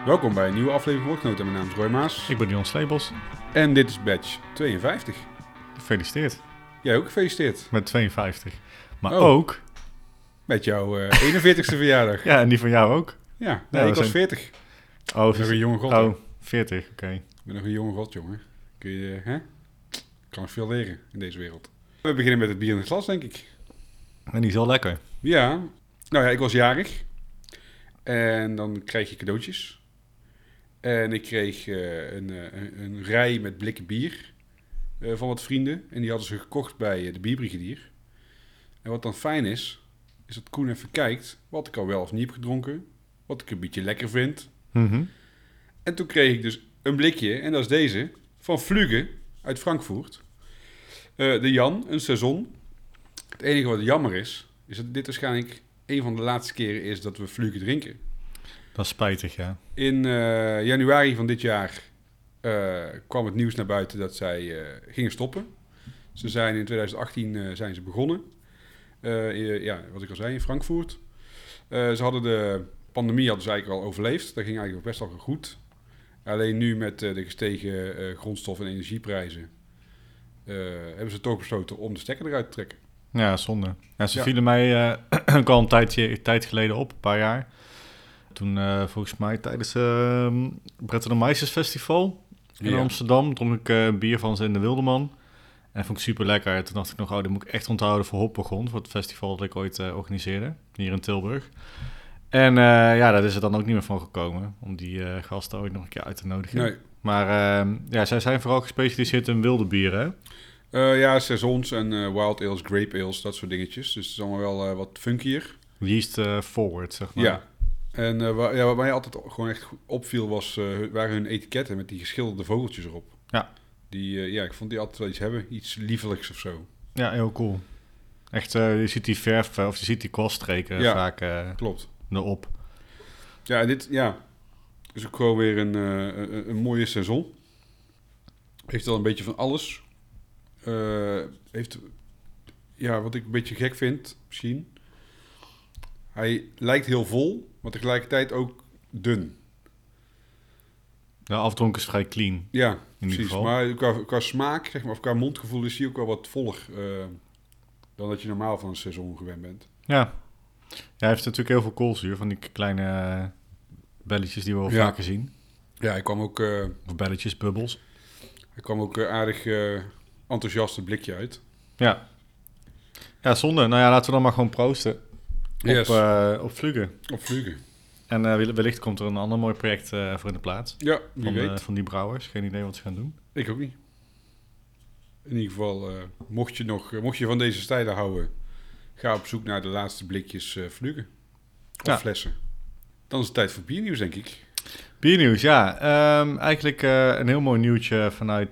Welkom bij een nieuwe aflevering Woordgenoten. Mijn naam is Roy Maas. Ik ben Jon Sleebos. En dit is badge 52. Gefeliciteerd. Jij ook gefeliciteerd. Met 52. Maar Oh. ook... Met jouw 41ste verjaardag. Ja, en die van jou ook. Ja, Ja, ik was we zijn- 40. Oh, Ik ben nog een jonge god. hè? oh 40, oké. Ik ben nog een jonge god, jongen. Kun je, hè? Kan nog veel leren in deze wereld. We beginnen met het bier in het glas, denk ik. En die is wel lekker. Ja. Nou ja, ik was jarig. En dan krijg je cadeautjes. En ik kreeg een rij met blikken bier van wat vrienden. En die hadden ze gekocht bij de Bierbrigadier. En wat dan fijn is dat Koen even kijkt wat ik al wel of niet heb gedronken. Wat ik een beetje lekker vind. Mhm. En toen kreeg ik dus een blikje, en dat is deze, van Flügge uit Frankfurt. De Jan, een saison. Het enige wat jammer is dat dit waarschijnlijk een van de laatste keren is dat we Flügge drinken. Dat is spijtig, ja. In januari van dit jaar kwam het nieuws naar buiten dat zij gingen stoppen. Ze zijn in 2018 zijn ze begonnen. Wat ik al zei, in Frankfurt. Ze hadden de pandemie hadden ze eigenlijk al overleefd. Dat ging eigenlijk best wel goed. Alleen nu met de gestegen grondstof- en energieprijzen hebben ze toch besloten om de stekker eruit te trekken. Ja, zonde. Ja, ze Ja. vielen mij ook al een tijd geleden op, een paar jaar. Toen volgens mij tijdens het Bretten de Meisjes Festival in Ja. Amsterdam dronk ik een bier van ze in de Wildeman. En vond ik super lekker. Toen dacht ik nog, dit moet ik echt onthouden voor Hoppegrond, voor het festival dat ik ooit organiseerde, hier in Tilburg. En dat is er dan ook niet meer van gekomen, om die gasten ooit nog een keer uit te nodigen. Nee. Maar zij zijn vooral gespecialiseerd in wilde bieren, hè? Saisons en wild ales, grape ales, dat soort dingetjes. Dus het is allemaal wel wat funkier. Yeast forward, zeg maar. Ja. En wat mij altijd gewoon echt goed opviel waren hun etiketten met die geschilderde vogeltjes erop. Ja. Ik vond die altijd wel iets hebben. Iets liefelijks of zo. Ja, heel cool. Echt, je ziet die verf, of je ziet die kwaststreken Ja. vaak Klopt. erop. Ja, en dit is ook gewoon weer een mooie saison. Heeft wel een beetje van alles. Wat ik een beetje gek vind, misschien. Hij lijkt heel vol, maar tegelijkertijd ook dun. De afdronk is vrij clean. Ja, In ieder precies. geval. Maar qua smaak, zeg maar, of qua mondgevoel is hij ook wel wat voller dan dat je normaal van een seizoen gewend bent. Ja. Hij heeft natuurlijk heel veel koolzuur, van die kleine belletjes die we wel Ja. vaker zien. Ja, hij kwam Of belletjes, bubbels. aardig enthousiast het blikje uit. Ja. Ja, zonde. Nou ja, laten we dan maar gewoon proosten Yes. op Flügge. Op Flügge. En wellicht komt er een ander mooi project voor in de plaats. Ja, wie weet. Van die brouwers. Geen idee wat ze gaan doen. Ik ook niet. In ieder geval, mocht je van deze stijlen houden, ga op zoek naar de laatste blikjes Flügge. Of Ja. flessen. Dan is het tijd voor biernieuws, denk ik. Biernieuws, ja. Eigenlijk een heel mooi nieuwtje vanuit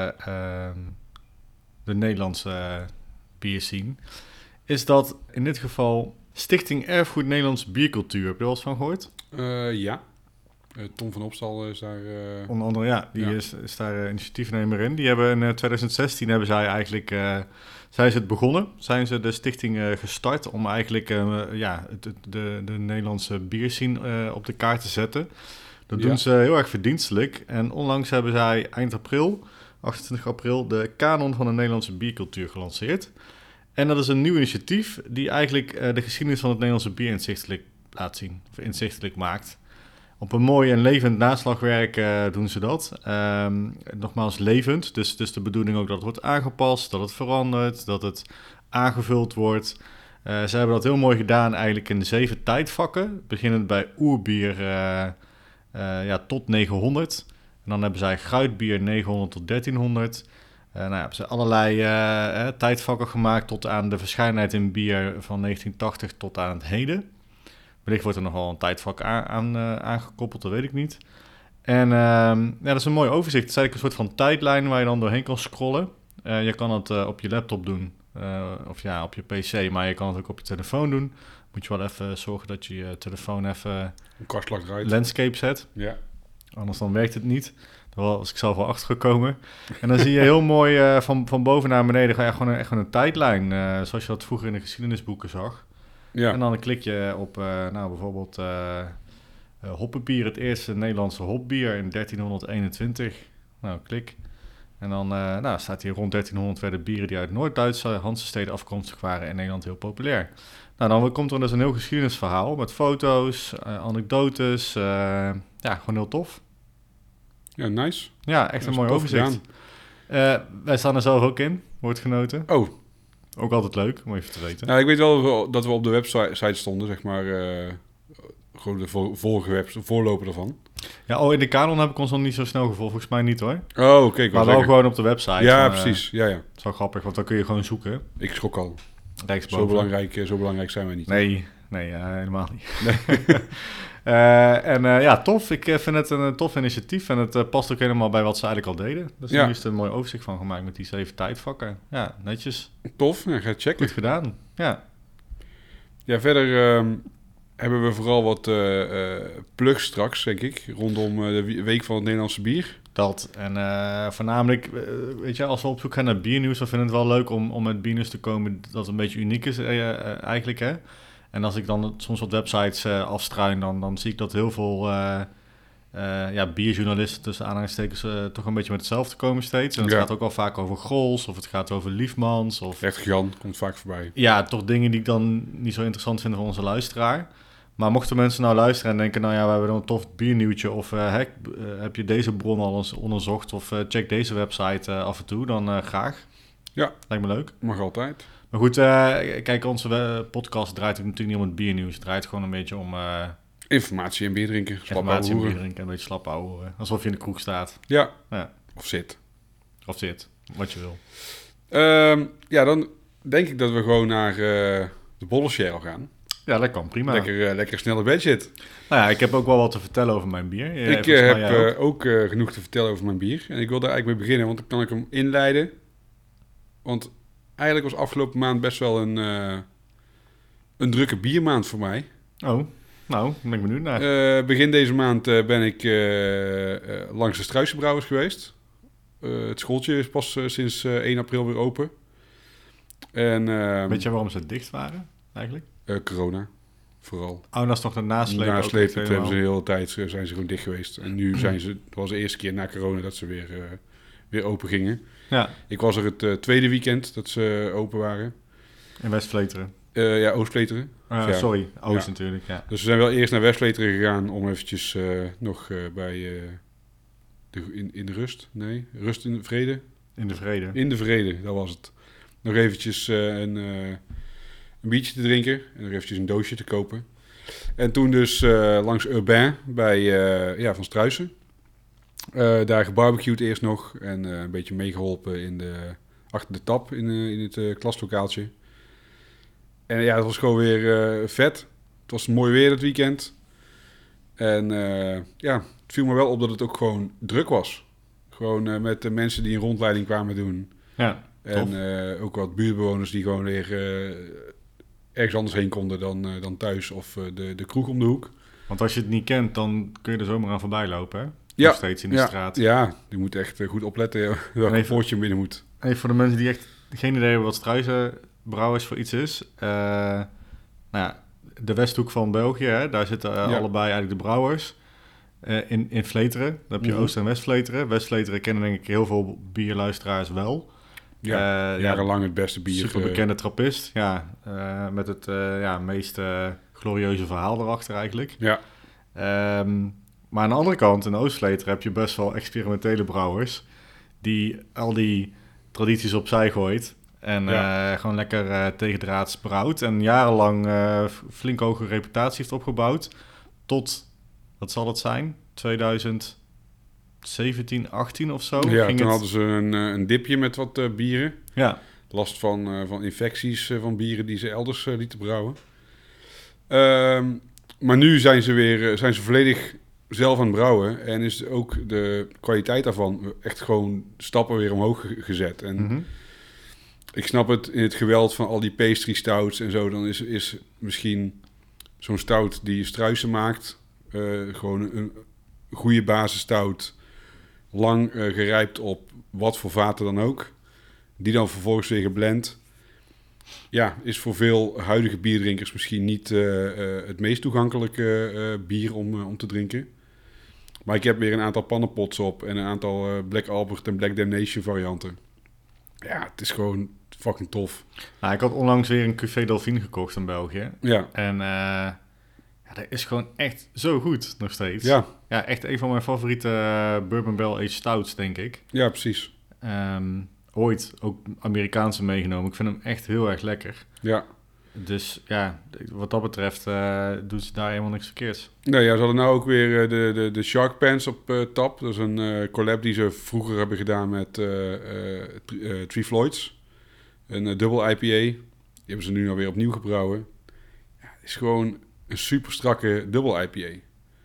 de Nederlandse bierscene. Is dat in dit geval Stichting Erfgoed Nederlandse Biercultuur. Heb je er wel eens van gehoord? Ja. Tom van Opstal is daar... Onder andere, ja. Die Ja. is daar initiatiefnemer in. Die hebben in 2016 hebben zij eigenlijk... zijn ze het begonnen. Zijn ze de stichting gestart om eigenlijk de Nederlandse bierscene op de kaart te zetten. Dat Ja. doen ze heel erg verdienstelijk. En onlangs hebben zij eind april, 28 april, de kanon van de Nederlandse biercultuur gelanceerd. En dat is een nieuw initiatief die eigenlijk de geschiedenis van het Nederlandse bier inzichtelijk laat zien. Of inzichtelijk maakt. Op een mooi en levend naslagwerk doen ze dat. Nogmaals levend, dus de bedoeling ook dat het wordt aangepast, dat het verandert, dat het aangevuld wordt. Ze hebben dat heel mooi gedaan eigenlijk in de 7 tijdvakken. Beginnend bij oerbier tot 900. En dan hebben zij gruitbier 900 tot 1300. Hebben ze allerlei tijdvakken gemaakt tot aan de verscheidenheid in bier van 1980 tot aan het heden. Wellicht wordt er nog wel een tijdvak aangekoppeld, dat weet ik niet. En dat is een mooi overzicht. Het is eigenlijk een soort van tijdlijn waar je dan doorheen kan scrollen. Je kan het op je laptop doen, op je pc, maar je kan het ook op je telefoon doen. Moet je wel even zorgen dat je je telefoon even een kastslag eruit. landscape zet. Ja. Anders dan werkt het niet. Daar was ik zelf wel achtergekomen. En dan zie je heel mooi van boven naar beneden gewoon een tijdlijn. Zoals je dat vroeger in de geschiedenisboeken zag. Ja. En dan klik je op bijvoorbeeld hoppenbier, het eerste Nederlandse hopbier in 1321. Nou, klik. En dan staat hier rond 1300 werden bieren die uit Noord-Duitse Hanse-steden afkomstig waren in Nederland heel populair. Nou, dan komt er dus een heel geschiedenisverhaal met foto's, anekdotes. Gewoon heel tof. Ja, nice. Ja, echt Dat een is mooi tof overzicht. Wij staan er zelf ook in, woordgenoten. Oh, Ook altijd leuk, om even te weten. nou, ik weet wel dat we op de website stonden, zeg maar. Gewoon de voorloper ervan. Ja, in de kanon heb ik ons nog niet zo snel gevolgd. Volgens mij niet hoor. Oh, kijk, Maar wel gewoon op de website. Ja, precies. Ja. Dat is wel grappig, want dan kun je gewoon zoeken. Ik schrok al. Rechtsboven. Zo belangrijk zijn wij niet. Nee, helemaal niet. Tof. Ik vind het een tof initiatief en het past ook helemaal bij wat ze eigenlijk al deden. Dus hier is er een mooi overzicht van gemaakt met die 7 tijdvakken. Ja, netjes. Tof, ja, ga checken. Goed gedaan. Ja. Ja, verder hebben we vooral wat plugs straks, denk ik, rondom de week van het Nederlandse bier. Dat. En voornamelijk, weet je, als we op zoek gaan naar biernieuws, dan vind ik het wel leuk om met biernieuws te komen dat een beetje uniek is eigenlijk, hè. En als ik dan soms wat websites afstruin, dan zie ik dat heel veel bierjournalisten tussen aanhalingstekens toch een beetje met hetzelfde komen steeds. En het gaat ook wel vaak over Grols, of het gaat over Liefmans. Of Echt Jan, komt vaak voorbij. Ja, toch dingen die ik dan niet zo interessant vind voor onze luisteraar. Maar mochten mensen nou luisteren en denken, nou ja, we hebben dan een tof biernieuwtje, of heb je deze bron al eens onderzocht, of check deze website af en toe, dan graag. Ja. Lijkt me leuk. Mag altijd. Maar goed, kijk, onze podcast draait ook natuurlijk niet om het biernieuws. Het draait gewoon een beetje om informatie en bier drinken. informatie en bier drinken en een beetje slap houden. Alsof je in de kroeg staat. Ja. Ja. Of zit. Of zit, wat je wil. Dan denk ik dat we gewoon naar de Bollenshare gaan. Ja, dat kan, prima. Lekker snelle bedshit. Nou ja, ik heb ook wel wat te vertellen over mijn bier. Ik heb ook genoeg te vertellen over mijn bier. En ik wil daar eigenlijk mee beginnen, want dan kan ik hem inleiden. Want eigenlijk was afgelopen maand best wel een drukke biermaand voor mij. Oh, nou, ben ik benieuwd naar. Begin deze maand ben ik langs de Struisenbrouwers geweest. Het schooltje is pas sinds 1 april weer open. En, weet je waarom ze dicht waren, eigenlijk? Corona, vooral. Oh, dat is nog de nasleep. Nasleep, dat hebben ze de hele tijd zijn ze gewoon dicht geweest. En nu zijn ze, dat was de eerste keer na corona dat ze weer open gingen. Ja. Ik was er het tweede weekend dat ze open waren. In West-Vleteren? Oost-Vleteren. Sorry, Oost natuurlijk, ja. Dus we zijn wel eerst naar West-Vleteren gegaan om eventjes nog bij in de rust. Nee, rust in de vrede. In de vrede. In de vrede, dat was het. Nog eventjes een biertje te drinken en nog eventjes een doosje te kopen. En toen dus langs Urbain bij Van Struisen. Daar gebarbecued eerst nog en een beetje meegeholpen achter de tap in het klaslokaaltje. En ja, het was gewoon weer vet. Het was mooi weer dat weekend. En het viel me wel op dat het ook gewoon druk was. Gewoon met de mensen die een rondleiding kwamen doen. Ja, en ook wat buurtbewoners die gewoon weer ergens anders heen konden dan thuis of de kroeg om de hoek. Want als je het niet kent, dan kun je er zomaar aan voorbij lopen, hè? Ja. Nog steeds in de straat. Ja, je moet echt goed opletten welke poortje je binnen moet. Even voor de mensen die echt geen idee hebben wat Struisenbrouwers voor iets is. De Westhoek van België, hè, daar zitten allebei eigenlijk de brouwers. In Vleteren, dan heb je Oost- en West-Vleteren. West-Vleteren kennen denk ik heel veel bierluisteraars wel. Ja, jarenlang het beste bier. Super bekende trappist, met het meest glorieuze verhaal erachter eigenlijk. Ja. Maar aan de andere kant, in Oost-Vleteren heb je best wel experimentele brouwers die al die tradities opzij gooit en gewoon lekker tegendraads brouwt en jarenlang flink hoge reputatie heeft opgebouwd tot, wat zal het zijn, 2017, 18 of zo? Ja, toen hadden ze een dipje met wat bieren. Ja. Last van infecties van bieren die ze elders lieten brouwen. Maar nu zijn ze volledig zelf aan het brouwen. En is ook de kwaliteit daarvan echt gewoon stappen weer omhoog gezet. En ik snap het, in het geweld van al die pastry stouts en zo, dan is misschien zo'n stout die Struisen maakt, gewoon een goede basisstout, lang gerijpt op wat voor vaten dan ook, die dan vervolgens weer geblend. is voor veel huidige bierdrinkers misschien niet het meest toegankelijke bier om te drinken. Maar ik heb weer een aantal pannenpots op en een aantal Black Albert en Black Damnation varianten. Ja, het is gewoon fucking tof. Nou, ik had onlangs weer een Cuvée Delphine gekocht in België. Ja. En dat is gewoon echt zo goed nog steeds. Ja. Ja, echt een van mijn favoriete Bourbon Barrel Aged Stouts, denk ik. Ja, precies. Ooit ook Amerikaanse meegenomen. Ik vind hem echt heel erg lekker. Ja. Dus ja, wat dat betreft doet ze daar helemaal niks verkeerds. Nee, ja, ze hadden nou ook weer de Shark Pants op tap. Dat is een collab die ze vroeger hebben gedaan met Three Floyds. Een dubbel IPA. Die hebben ze nu nou weer opnieuw gebrouwen. Ja, het is gewoon een super strakke dubbel IPA.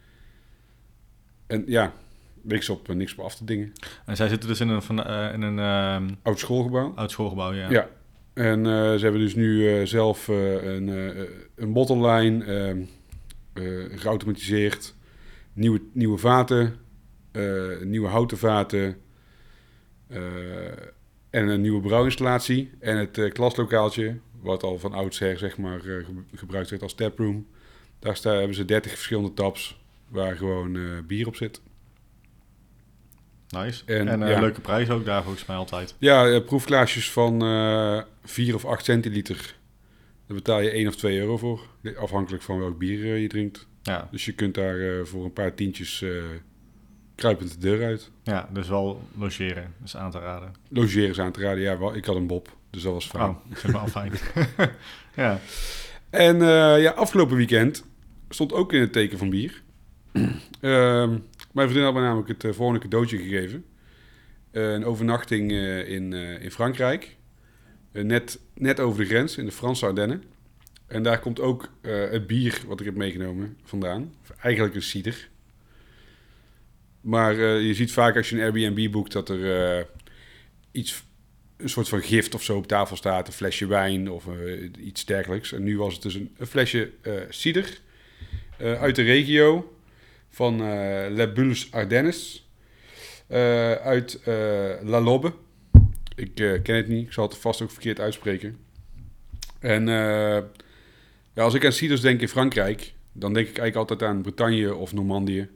En ja, niks op af te dingen. En zij zitten dus in een Oud schoolgebouw. oud schoolgebouw, ja. Ja. En ze hebben dus nu zelf een bottle line, geautomatiseerd, nieuwe vaten, nieuwe houten vaten en een nieuwe brouwinstallatie. En het klaslokaaltje, wat al van oudsher zeg maar gebruikt werd als taproom. Daar hebben ze 30 verschillende taps waar gewoon bier op zit. Nice. En, En leuke prijs ook daar volgens mij altijd. Ja, proefglaasjes van 4 of 8 centiliter. Daar betaal je 1 of 2 euro voor. Afhankelijk van welk bier je drinkt. Ja. Dus je kunt daar voor een paar tientjes kruipend de deur uit. Ja, dus wel logeren is aan te raden. Logeren is aan te raden. Ja, ik had een Bob, dus dat was fijn. Oh, dat is wel fijn. Ja. En afgelopen weekend stond ook in het teken van bier. Mijn vriendin had me namelijk het volgende cadeautje gegeven. Een overnachting in Frankrijk. Net over de grens, in de Franse Ardennen. En daar komt ook het bier wat ik heb meegenomen vandaan. Eigenlijk een cider. Maar je ziet vaak als je een Airbnb boekt dat er een soort van gift of zo op tafel staat. Een flesje wijn of iets dergelijks. En nu was het dus een flesje cider uit de regio van Les Bulles Ardennes. Uit La Lobbe. Ik ken het niet. Ik zal het vast ook verkeerd uitspreken. En als ik aan ciders denk in Frankrijk, dan denk ik eigenlijk altijd aan Bretagne of Normandië.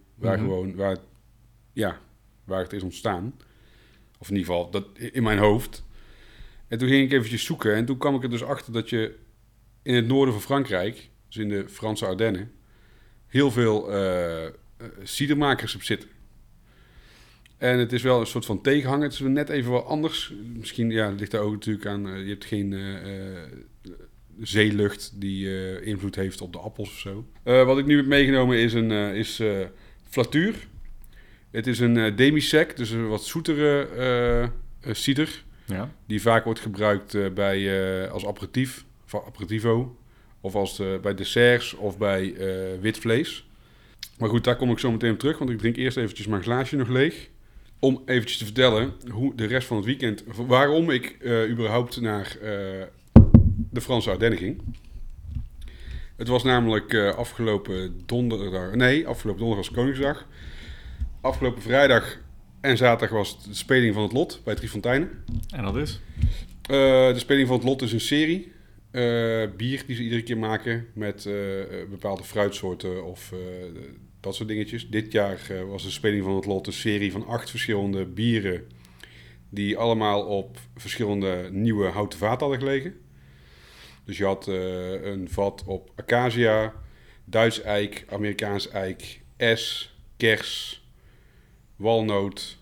Waar het is ontstaan. Of in ieder geval, dat in mijn hoofd. En toen ging ik eventjes zoeken. En toen kwam ik er dus achter dat je in het noorden van Frankrijk, dus in de Franse Ardennen, heel veel cidermakers hebt zitten. En het is wel een soort van tegenhanger. Het is net even wat anders. Misschien ligt daar ook natuurlijk aan. Je hebt geen zeelucht die invloed heeft op de appels of zo. Wat ik nu heb meegenomen is Flatuur. Het is een demi-sec, dus een wat zoetere cider. Ja. Die vaak wordt gebruikt als aperitief, of aperitivo. Of bij desserts of bij wit vlees. Maar goed, daar kom ik zo meteen op terug. Want ik drink eerst eventjes mijn glaasje nog leeg. Om eventjes te vertellen hoe de rest van het weekend... Waarom ik überhaupt naar de Franse Ardennen ging. Het was namelijk afgelopen donderdag was Koningsdag. Afgelopen vrijdag en zaterdag was de speling van het lot bij Driefonteinen. En dat is? De speling van het lot is een serie bier die ze iedere keer maken met bepaalde fruitsoorten of dat soort dingetjes. Dit jaar was de speling van het lot een serie van 8 verschillende bieren die allemaal op verschillende nieuwe houten vaten hadden gelegen. Dus je had een vat op acacia, Duits eik, Amerikaans eik, es, kers, walnoot,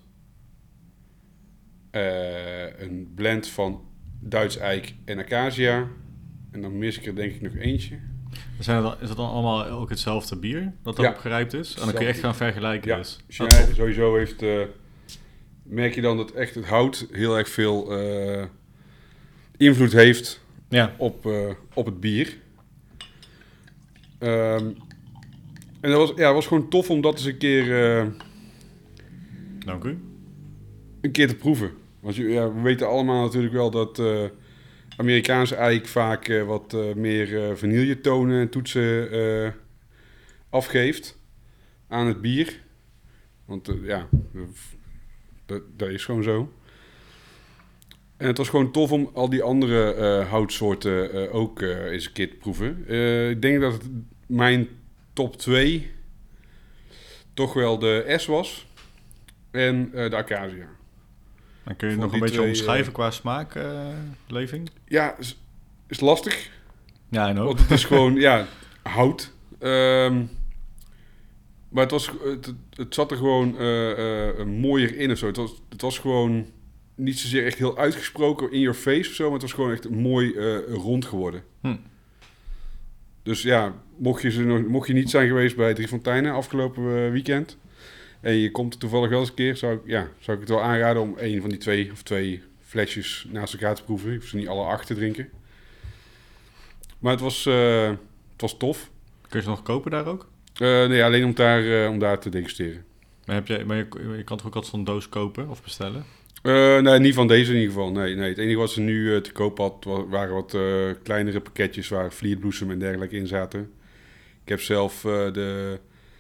een blend van Duits eik en acacia. En dan mis ik er denk ik nog eentje. Is het dan allemaal ook hetzelfde bier dat erop gerijpt is? En dan kun je echt gaan vergelijken. Ja, Dus. als je sowieso heeft, merk je dan dat echt het hout heel erg veel invloed heeft op het bier. En dat was gewoon tof om dat eens een keer... Dank u. Een keer te proeven. Want we weten allemaal natuurlijk wel dat Amerikaanse eik vaak wat meer vanilletonen en toetsen afgeeft aan het bier. Want dat is gewoon zo. En het was gewoon tof om al die andere houtsoorten ook eens een keer te proeven. Ik denk dat mijn top 2 toch wel de S was en de Acacia. En kun je Voor nog een die beetje twee, omschrijven qua smaakleving? Ja, is lastig. Ja, en ook. Want het is gewoon, ja, hout. Maar het zat er gewoon mooier in of zo. Het was gewoon niet zozeer echt heel uitgesproken in your face of zo, maar het was gewoon echt mooi rond geworden. Dus ja, mocht je niet zijn geweest bij Drie Fonteinen afgelopen weekend en je komt er toevallig wel eens een keer, zou ik het wel aanraden om een van die 2 flesjes naast elkaar te proeven. Je hoeft ze niet alle 8 te drinken. Maar het was tof. Kun je ze nog kopen daar ook? Nee, alleen om daar te degusteren. Maar je kan toch ook altijd zo'n doos kopen of bestellen? Nee, niet van deze in ieder geval. Nee. Het enige wat ze nu te koop had, waren wat kleinere pakketjes waar vlierbloesem en dergelijke in zaten. Ik heb zelf de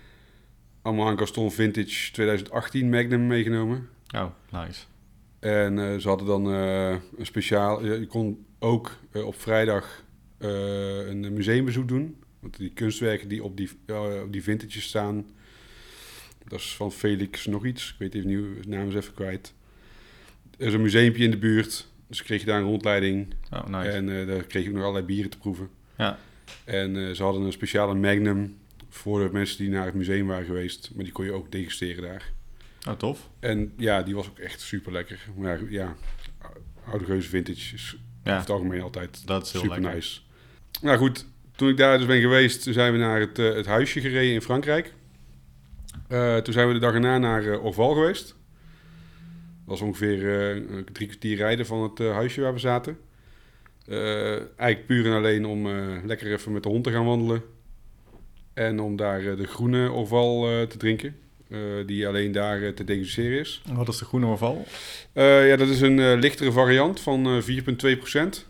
Amohan Gaston Vintage 2018 Magnum meegenomen. Oh, nice. En ze hadden dan een speciaal... je kon ook op vrijdag een museumbezoek doen. Want die kunstwerken die op die vintages staan... Dat is van Felix nog iets. Ik weet even niet, de naam is even kwijt. Er is een museumpje in de buurt. Dus kreeg je daar een rondleiding. Oh, nice. En daar kreeg je ook nog allerlei bieren te proeven. Ja. En ze hadden een speciale Magnum voor de mensen die naar het museum waren geweest. Maar die kon je ook degusteren daar. Oh, tof. En ja, die was ook echt super lekker. Maar ja, Oude Geuze Vintage is over het algemeen altijd dat is heel super lekker. nice. Nou goed, toen ik daar dus ben geweest, zijn we naar het huisje gereden in Frankrijk. Toen zijn we de dag erna naar Orval geweest. Dat was ongeveer 3 kwartier rijden van het huisje waar we zaten. Eigenlijk puur en alleen om lekker even met de hond te gaan wandelen. En om daar de groene Orval te drinken. Die alleen daar te degusteren is. Wat is de groene Orval? Ja, dat is een lichtere variant van 4,2%.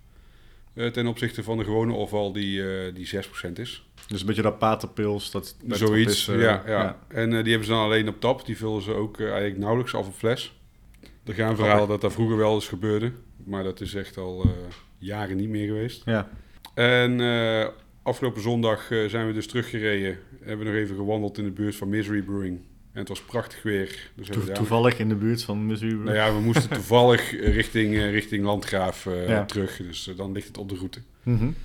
Ten opzichte van de gewone Orval die 6% is. Dus een beetje dat paterpils. Dat Zoiets, ja. En die hebben ze dan alleen op tap. Die vullen ze ook eigenlijk nauwelijks af op fles. Er gaan verhalen dat vroeger wel eens gebeurde. Maar dat is echt al jaren niet meer geweest. Ja. En afgelopen zondag zijn we dus teruggereden. Hebben we nog even gewandeld in de buurt van Misery Brewing. En het was prachtig weer. Dus Toevallig in de buurt van Misery Brewing? Nou ja, we moesten toevallig richting Landgraaf terug. Dus dan ligt het op de route. Mm-hmm.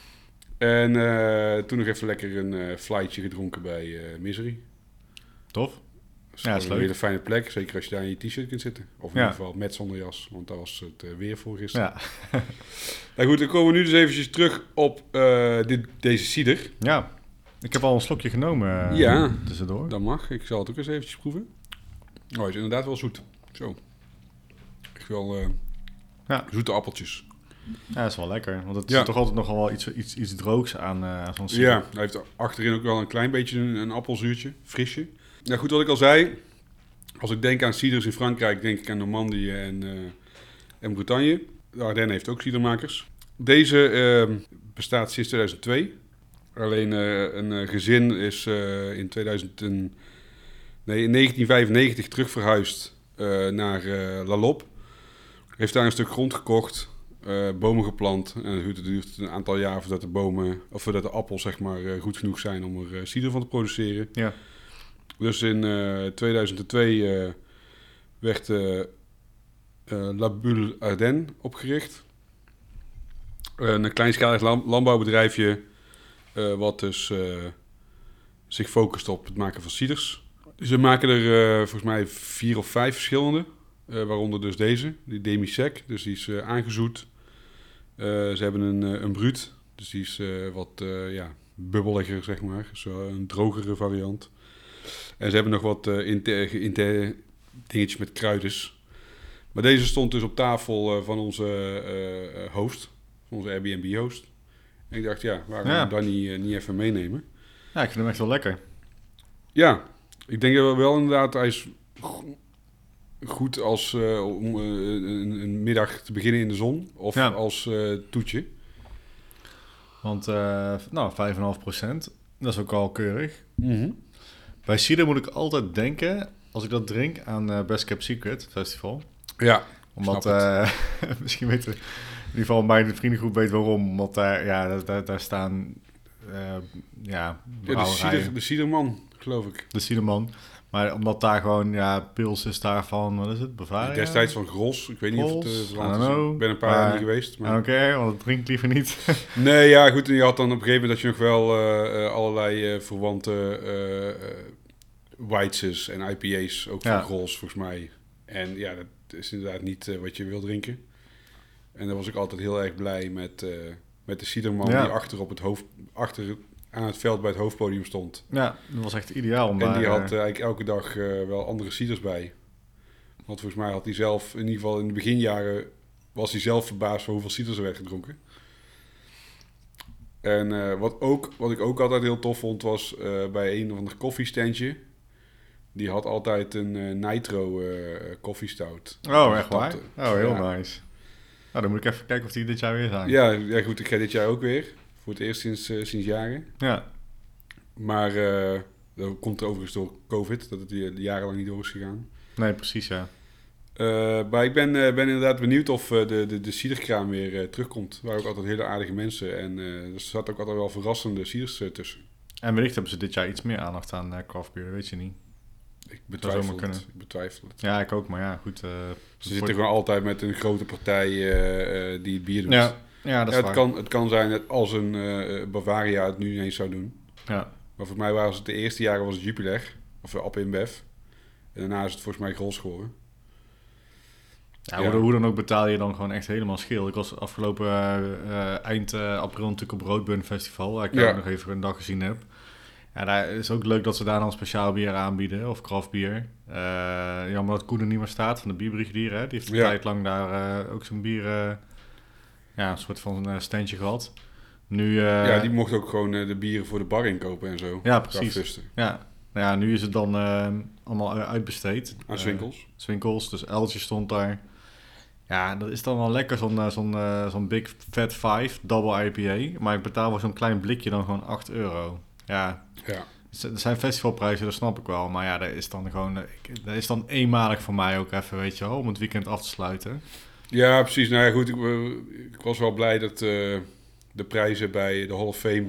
En toen nog even lekker een flightje gedronken bij Misery. Tof. Dat is een hele fijne plek, zeker als je daar in je t-shirt kunt zitten. Of in ieder geval met zonder jas, want dat was het weer voor gisteren. Ja. Nou goed, dan komen we nu dus eventjes terug op deze cider. Ja, ik heb al een slokje genomen tussendoor. Dat mag. Ik zal het ook eens eventjes proeven. Oh, hij is inderdaad wel zoet. Zo. Echt wel zoete appeltjes. Ja, dat is wel lekker. Want het is toch altijd nogal wel iets droogs aan zo'n cider. Ja, hij heeft achterin ook wel een klein beetje een appelzuurtje, frisje. Nou goed, wat ik al zei, als ik denk aan ciders in Frankrijk, denk ik aan Normandie en Bretagne. De Ardennen heeft ook cidermakers. Deze bestaat sinds 2002. Alleen een gezin is in 1995 terugverhuisd naar La Loppe. Heeft daar een stuk grond gekocht, bomen geplant. En het duurt een aantal jaar voordat de appels zeg maar, goed genoeg zijn om er cider van te produceren. Ja. Dus in 2002 werd La Bulle Ardennes opgericht. Een kleinschalig landbouwbedrijfje wat dus zich focust op het maken van ciders. Ze maken er volgens mij 4 of 5 verschillende. Waaronder dus deze, die demi-sec. Dus die is aangezoet. Ze hebben een brut. Dus die is wat bubbeliger, zeg maar. Zo een drogere variant. En ze hebben nog wat interne dingetjes met kruiders. Maar deze stond dus op tafel van onze host. Van onze Airbnb-host. En ik dacht, waarom dan niet even meenemen? Ja, ik vind hem echt wel lekker. Ja, ik denk wel inderdaad, hij is goed als om een middag te beginnen in de zon. Of als toetje. Want 5,5%, dat is ook al keurig. Mm-hmm. Bij cider moet ik altijd denken, als ik dat drink, aan Best Kept Secret Festival. Ja. Omdat, Snap misschien weten, in ieder geval mijn vriendengroep weet waarom. Omdat daar staan, Ja, brouwerijen. de ciderman, geloof ik. De Ciderman. Maar omdat daar gewoon, pils is daarvan, wat is het, Bavaria? Destijds van Gros. Ik weet niet of het Gros? verwant I is. don't know. Ik ben een paar jaar niet geweest. I Maar... don't care, want dat drink ik liever niet. Nee, ja, goed. En je had dan op een gegeven moment dat je nog wel allerlei verwante whiteses en IPA's, ook van Gros, volgens mij. En ja, dat is inderdaad niet wat je wil drinken. En daar was ik altijd heel erg blij met de ciderman die achter aan het veld bij het hoofdpodium stond. Ja, dat was echt ideaal. En die had eigenlijk elke dag wel andere ciders bij. Want volgens mij had hij zelf, in ieder geval in de beginjaren, was hij zelf verbaasd van hoeveel ciders er werd gedronken. En wat ik ook altijd heel tof vond, was bij een of ander koffiestandje. Die had altijd een nitro koffiestout. Oh, echt waar? Oh, heel nice. Nou, dan moet ik even kijken of die dit jaar weer zijn. Ja, goed, ik ga dit jaar ook weer. Voor het eerst sinds jaren. Ja. Maar dat komt er overigens door COVID, dat het jarenlang niet door is gegaan. Nee, precies, ja. Maar ik ben inderdaad benieuwd of de ciderkraam weer terugkomt. Er waren ook altijd hele aardige mensen. En er zat ook altijd wel verrassende ciders tussen. En wellicht hebben ze dit jaar iets meer aandacht aan craft beer, dat weet je niet. Ik betwijfel het. Ja, ik ook, maar ja, goed. Ze zitten gewoon altijd met een grote partij die het bier doet. Ja, dat is waar. Het kan zijn dat als een Bavaria het nu ineens zou doen. Ja. Maar voor mij waren het de eerste jaren was het Jupiler. Of Appel InBev. En daarna is het volgens mij Grols geworden. Ja, hoe dan ook betaal je dan gewoon echt helemaal schil. Ik was afgelopen eind april natuurlijk op Roadburn Festival, waar ik ook nog even een dag gezien heb. Ja, daar is ook leuk dat ze daar dan speciaal bier aanbieden, of craftbier. Jammer dat Koen er niet meer staat, van de Bierbrigadier. Hè? Die heeft een tijd lang daar ook zo'n bier, een soort van standje gehad. Nu, die mocht ook gewoon de bieren voor de bar inkopen en zo. Ja, precies. Ja, nu is het dan allemaal uitbesteed. Aan Swinkels. Swinkels, dus Eltje stond daar. Ja, dat is dan wel lekker, zo'n Big Fat 5 Double IPA. Maar ik betaal voor zo'n klein blikje dan gewoon €8. Ja. Er zijn festivalprijzen, dat snap ik wel. Maar ja, dat is dan eenmalig voor mij ook even, weet je wel, om het weekend af te sluiten. Ja, precies. Nou ja, goed. Ik was wel blij dat de prijzen bij de Hall of Fame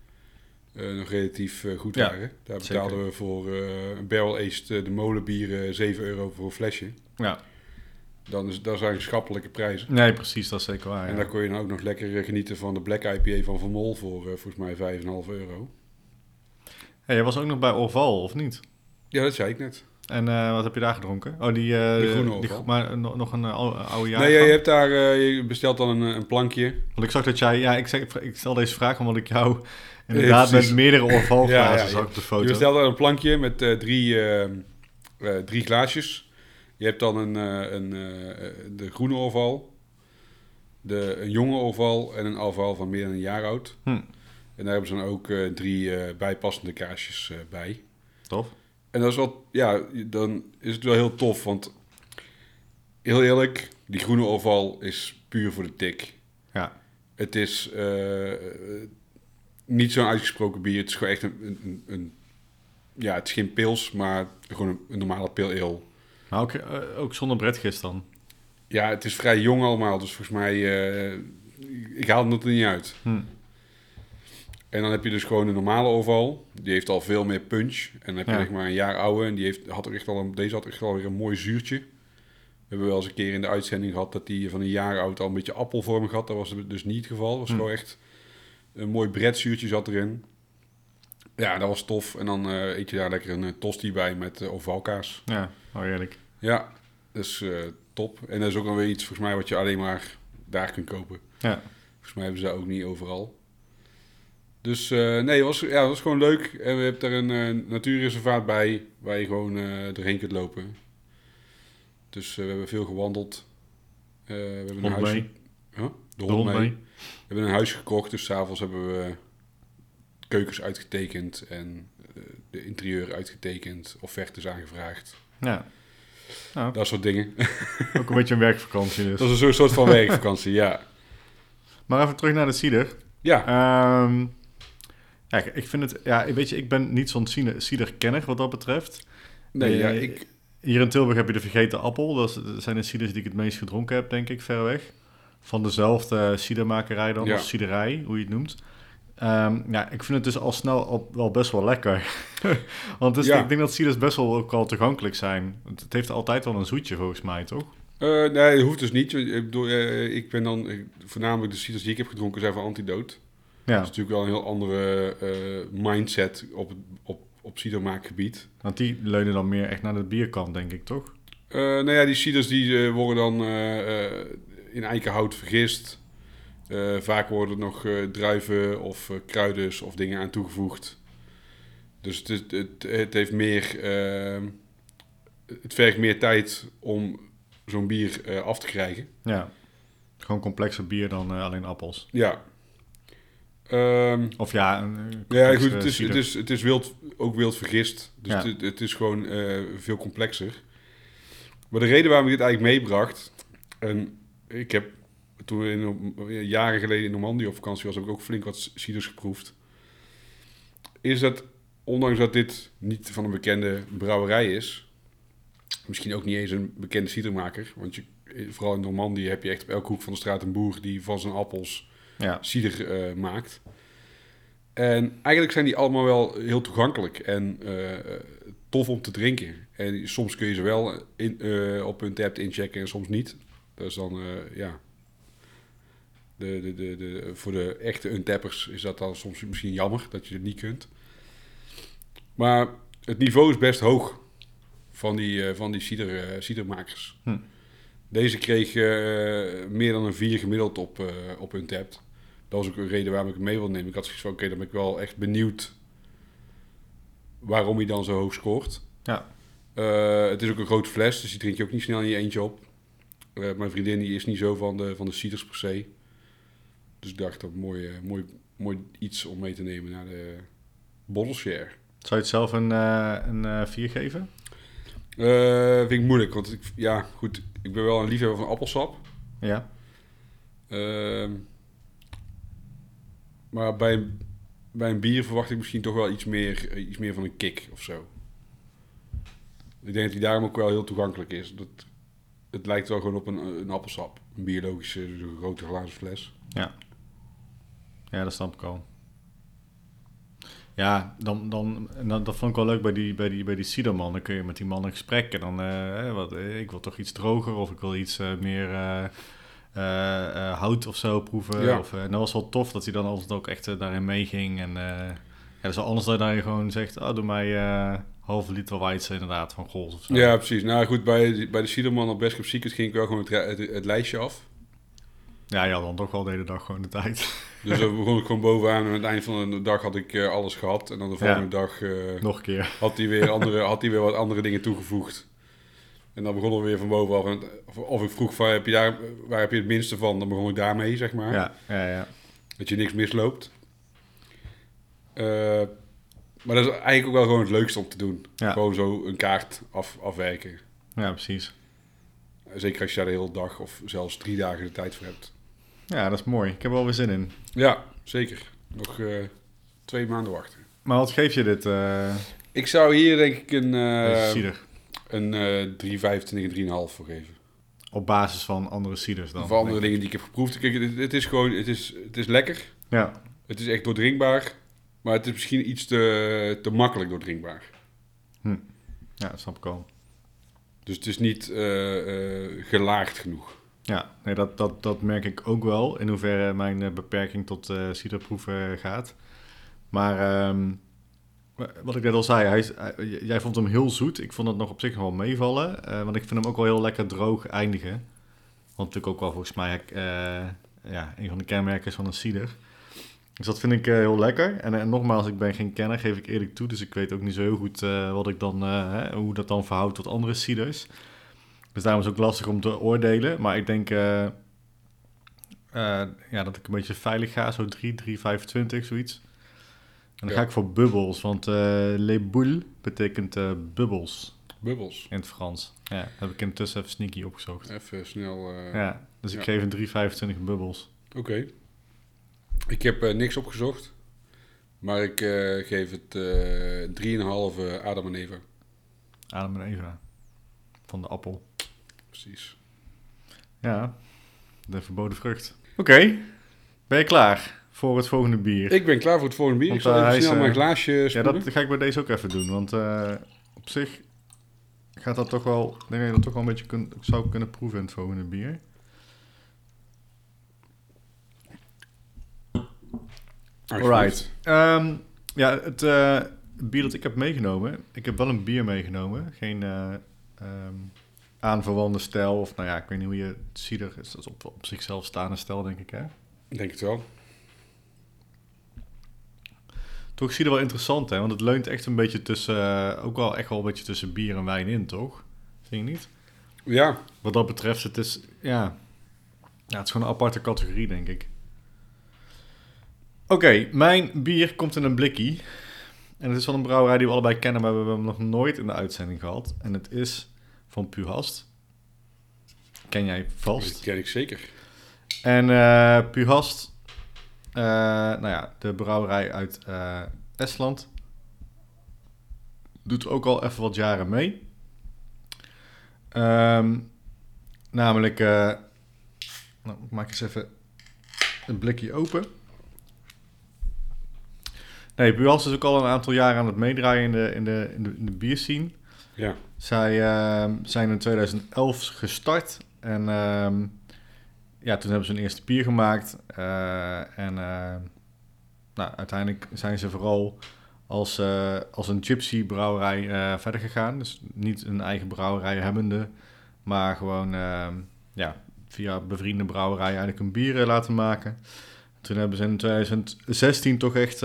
nog relatief goed waren. Daar betaalden we voor een barrel-aged de molenbieren €7 voor een flesje. Ja. Dat is eigenlijk schappelijke prijzen. Nee, precies, dat is zeker waar. En daar kon je dan ook nog lekker genieten van de Black IPA van Van Mol voor volgens mij €5,5. Hey, jij was ook nog bij Orval, of niet? Ja, dat zei ik net. En wat heb je daar gedronken? Oh, de groene Orval. Maar nog een oude jaar. Nee, je hebt daar, je bestelt dan een plankje. Want ik zag dat jij, ik stel deze vraag omdat ik jou inderdaad met meerdere Orval-glazen zag op de foto. Je bestelt dan een plankje met drie glaasjes. Je hebt dan de groene Orval, een jonge Orval en een Orval van meer dan een jaar oud. En daar hebben ze dan ook 3 bijpassende kaasjes bij. Tof. En dat is wel, dan is het wel heel tof, want heel eerlijk, die groene Orval is puur voor de tik. Ja. Het is niet zo'n uitgesproken bier. Het is gewoon echt het is geen pils, maar gewoon een normale pale ale. Maar ook zonder bredgist dan? Ja, het is vrij jong allemaal, dus volgens mij, ik haal het er niet uit. En dan heb je dus gewoon een normale Orval. Die heeft al veel meer punch. En dan heb je zeg maar een jaar oude. En deze had echt wel weer een mooi zuurtje. We hebben wel eens een keer in de uitzending gehad dat die van een jaar oud al een beetje appelvormig had. Dat was dus niet het geval. Dat was gewoon echt een mooi bredzuurtje zat erin. Ja, dat was tof. En dan eet je daar lekker een tosti bij met Orvalkaas. Ja, heerlijk. Ja, dus top. En dat is ook nog weer iets volgens mij wat je alleen maar daar kunt kopen. Ja. Volgens mij hebben ze dat ook niet overal. Dus nee, het was gewoon leuk. En we hebben er een natuurreservaat bij, waar je gewoon doorheen kunt lopen. Dus we hebben veel gewandeld. We hebben een huis... De hond mee. We hebben een huis gekocht, dus 's avonds hebben we keukens uitgetekend en de interieur uitgetekend, offertes aangevraagd. Ja. Nou, dat soort dingen. Ook een beetje een werkvakantie dus. Dat is een soort van werkvakantie, ja. Maar even terug naar de cider. Ja. Ik vind het... Ja, weet je, ik ben niet zo'n ciderkenner wat dat betreft. Nee, Hier in Tilburg heb je de Vergeten Appel. Dat zijn de ciders die ik het meest gedronken heb, denk ik, verreweg. Van dezelfde cidermakerij dan, of ciderij, hoe je het noemt. Ik vind het dus al snel wel best wel lekker. Want dus, ik denk dat ciders best wel ook al toegankelijk zijn. Het heeft altijd wel een zoetje, volgens mij, toch? Nee, dat hoeft dus niet. Ik bedoel, ik ben dan... voornamelijk de ciders die ik heb gedronken zijn van Antidote. Ja. Dat is natuurlijk wel een heel andere mindset op cidermaakgebied. Want die leunen dan meer echt naar de bierkant, denk ik, toch? Die ciders die worden dan in eikenhout vergist. Vaak worden er nog druiven of kruiden of dingen aan toegevoegd. Dus het heeft meer... het vergt meer tijd om zo'n bier af te krijgen. Ja, gewoon complexer bier dan alleen appels. Ja. Of ja... goed, het is ook wild vergist. Dus het is gewoon veel complexer. Maar de reden waarom ik dit eigenlijk meebracht... En ik heb toen jaren geleden in Normandië op vakantie was... heb ik ook flink wat ciders geproefd. Is dat, ondanks dat dit niet van een bekende brouwerij is... misschien ook niet eens een bekende cidermaker... want vooral in Normandië heb je echt op elke hoek van de straat een boer... die van zijn appels cider maakt... En eigenlijk zijn die allemaal wel heel toegankelijk en tof om te drinken. En soms kun je ze wel op hun tap inchecken en soms niet. Dat is dan, voor de echte untappers is dat dan soms misschien jammer dat je het niet kunt. Maar het niveau is best hoog van die cidermakers. Deze kreeg meer dan een 4 gemiddeld op Untappd. Dat was ook een reden waarom ik hem mee wil nemen. Ik had zoiets van, oké, dan ben ik wel echt benieuwd waarom hij dan zo hoog scoort. Ja. Het is ook een grote fles, dus die drink je ook niet snel in je eentje op. Mijn vriendin die is niet zo van de ciders per se. Dus ik dacht, dat mooi iets om mee te nemen naar de bottle share. Zou je het zelf een 4 geven? Vind ik moeilijk, want ik ben wel een liefhebber van appelsap. Ja. Maar bij een bier verwacht ik misschien toch wel iets meer van een kick of zo. Ik denk dat die daarom ook wel heel toegankelijk is. Het lijkt wel gewoon op een appelsap. Een biologische, grote glazen fles. Ja. Ja, dat snap ik al. Ja, dat vond ik wel leuk bij die ciderman. Dan kun je met die man in gesprek en dan... ik wil toch iets droger of ik wil iets meer... hout of zo proeven. Ja. En dat was wel tof dat hij dan altijd ook echt daarin meeging. En dat is wel anders dan je gewoon zegt... doe mij halve liter Weitse inderdaad van Gols of zo. Ja, precies. Nou goed, bij de ciderman op Best Kept Secret ging ik wel gewoon het lijstje af. Ja, dan toch wel de hele dag gewoon de tijd. Dus dan begon ik gewoon bovenaan en aan het eind van de dag had ik alles gehad. En dan de volgende dag... nog een keer. Had hij weer wat andere dingen toegevoegd. En dan begonnen we weer van bovenaf. Of ik vroeg van, waar heb je het minste van? Dan begon ik daarmee, zeg maar. Ja. Dat je niks misloopt. Maar dat is eigenlijk ook wel gewoon het leukste om te doen. Ja. Gewoon zo een kaart afwerken. Ja, precies. Zeker als je daar de hele dag of zelfs 3 dagen de tijd voor hebt. Ja, dat is mooi. Ik heb er wel weer zin in. Ja, zeker. Nog 2 maanden wachten. Maar wat geef je dit? Ik zou hier denk ik een 3,25 en 3,5 voor geven. Op basis van andere ciders dan? Van andere dingen die ik heb geproefd. Kijk, het is gewoon, het is lekker. Ja. Het is echt doordrinkbaar. Maar het is misschien iets te makkelijk doordrinkbaar. Ja, dat snap ik al. Dus het is niet gelaagd genoeg. Ja, nee, dat merk ik ook wel. In hoeverre mijn beperking tot ciderproeven gaat. Maar wat ik net al zei, jij vond hem heel zoet. Ik vond het nog op zich wel meevallen. Want ik vind hem ook wel heel lekker droog eindigen. Want natuurlijk ook wel volgens mij een van de kenmerken is van een cider. Dus dat vind ik heel lekker. En nogmaals, ik ben geen kenner, geef ik eerlijk toe. Dus ik weet ook niet zo heel goed wat ik dan, hoe dat dan verhoudt tot andere ciders. Dus daarom is het ook lastig om te oordelen. Maar ik denk dat ik een beetje veilig ga. Zo 3,25, zoiets. En dan ga ik voor bubbels. Want les boules betekent bubbels. Bubbels. In het Frans. Ja, dat heb ik intussen even sneaky opgezocht. Even snel... dus ik geef een 3,25 bubbels. Oké. Ik heb niks opgezocht. Maar ik geef het 3,5 Adam en Eva. Adam en Eva. van de appel. Precies. Ja, de verboden vrucht. Oké, ben je klaar voor het volgende bier? Ik ben klaar voor het volgende bier. Want, Ik zal even hij snel is, mijn glaasje Ja, spoelen. dat ga ik bij deze ook even doen. Want op zich gaat dat toch wel... Ik denk dat je dat toch wel een beetje zou kunnen proeven in het volgende bier. Alright. Ja, het bier dat ik heb meegenomen... Ik heb wel een bier meegenomen. Geen aanverwante stijl. Of nou ja, ik weet niet hoe je het ziet. Dat is op zichzelf staande stijl, denk ik, hè? Ik denk het wel. Toch zie je er wel interessant, hè? Want het leunt echt een beetje tussen... ook wel echt wel een beetje tussen bier en wijn in, toch? Vind je niet? Ja. Wat dat betreft, het is... Ja, het is gewoon een aparte categorie, denk ik. Oké, mijn bier komt in een blikkie. En het is van een brouwerij die we allebei kennen, maar we hebben hem nog nooit in de uitzending gehad. En het is van Puhast. Ken jij vast? Dat ken ik zeker. En Puhast, nou ja, de brouwerij uit Estland, doet ook al even wat jaren mee. Namelijk, nou, ik maak eens even een blikje open. Nee, Puhast is ook al een aantal jaren aan het meedraaien in de bierscene. Ja. Zij zijn in 2011 gestart en ja, toen hebben ze hun eerste bier gemaakt. Nou, uiteindelijk zijn ze vooral als een gypsy brouwerij verder gegaan. Dus niet een eigen brouwerij hebbende, maar gewoon ja, via bevriende brouwerij eigenlijk een bier laten maken. Toen hebben ze in 2016 toch echt